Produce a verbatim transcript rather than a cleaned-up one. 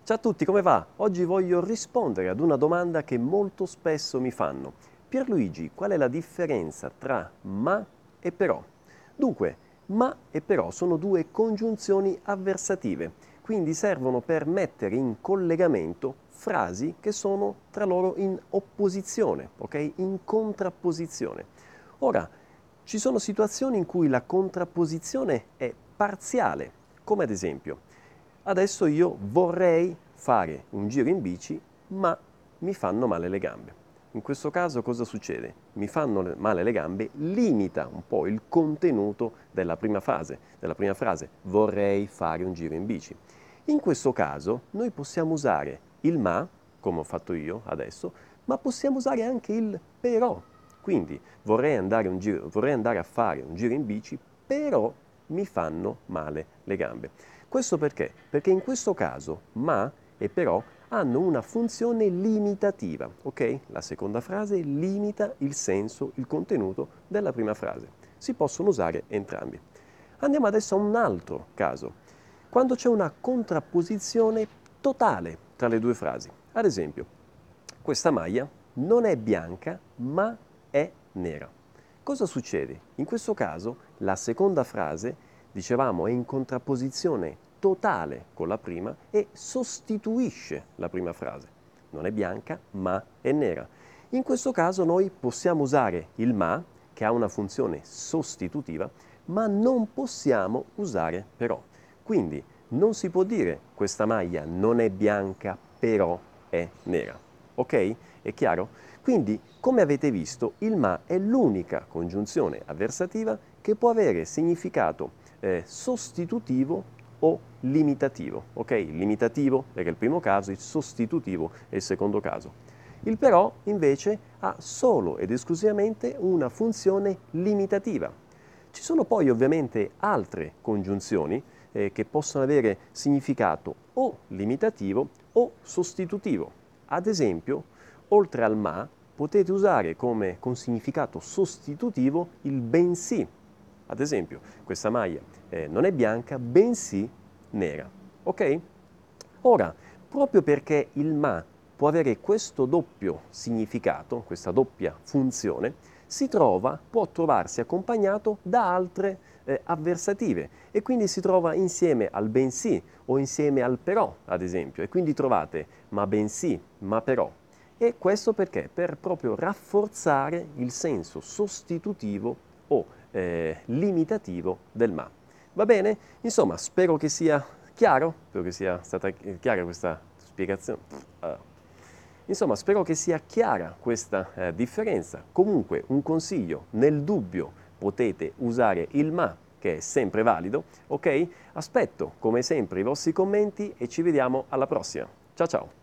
Ciao a tutti, come va? Oggi voglio rispondere ad una domanda che molto spesso mi fanno. Pierluigi, qual è la differenza tra ma e però? Dunque, ma e però sono due congiunzioni avversative, quindi servono per mettere in collegamento frasi che sono tra loro in opposizione, ok? In contrapposizione. Ora, ci sono situazioni in cui la contrapposizione è parziale, come ad esempio, adesso io vorrei fare un giro in bici, ma mi fanno male le gambe. In questo caso cosa succede? Mi fanno male le gambe, limita un po' il contenuto della prima fase, della prima frase, vorrei fare un giro in bici. In questo caso noi possiamo usare il ma, come ho fatto io adesso, ma possiamo usare anche il però. Quindi vorrei andare, un giro, vorrei andare a fare un giro in bici, però mi fanno male le gambe. Questo perché? Perché in questo caso ma e però hanno una funzione limitativa, ok? La seconda frase limita il senso, il contenuto della prima frase. Si possono usare entrambi. Andiamo adesso a un altro caso, quando c'è una contrapposizione totale tra le due frasi. Ad esempio, questa maglia non è bianca ma è nera. Cosa succede? In questo caso la seconda frase, dicevamo, è in contrapposizione totale con la prima e sostituisce la prima frase. Non è bianca ma è nera. In questo caso noi possiamo usare il ma, che ha una funzione sostitutiva, ma non possiamo usare però. Quindi non si può dire questa maglia non è bianca però è nera. Ok? È chiaro? Quindi, come avete visto, il ma è l'unica congiunzione avversativa che può avere significato eh, sostitutivo o limitativo. Ok? Il limitativo era il primo caso, il sostitutivo è il secondo caso. Il però, invece, ha solo ed esclusivamente una funzione limitativa. Ci sono poi ovviamente altre congiunzioni eh, che possono avere significato o limitativo o sostitutivo. Ad esempio, oltre al ma, potete usare come con significato sostitutivo il bensì. Ad esempio, questa maglia eh, non è bianca, bensì nera. Ok? Ora, proprio perché il ma può avere questo doppio significato, questa doppia funzione, si trova, può trovarsi accompagnato da altre eh, avversative e quindi si trova insieme al bensì o insieme al però, ad esempio, e quindi trovate ma bensì, ma però. E questo perché? Per proprio rafforzare il senso sostitutivo o eh, limitativo del ma. Va bene? Insomma, spero che sia chiaro, spero che sia stata chiara questa spiegazione. Uh. Insomma, spero che sia chiara questa eh, differenza. Comunque, un consiglio, nel dubbio potete usare il ma, che è sempre valido, ok? Aspetto, come sempre, i vostri commenti e ci vediamo alla prossima. Ciao ciao!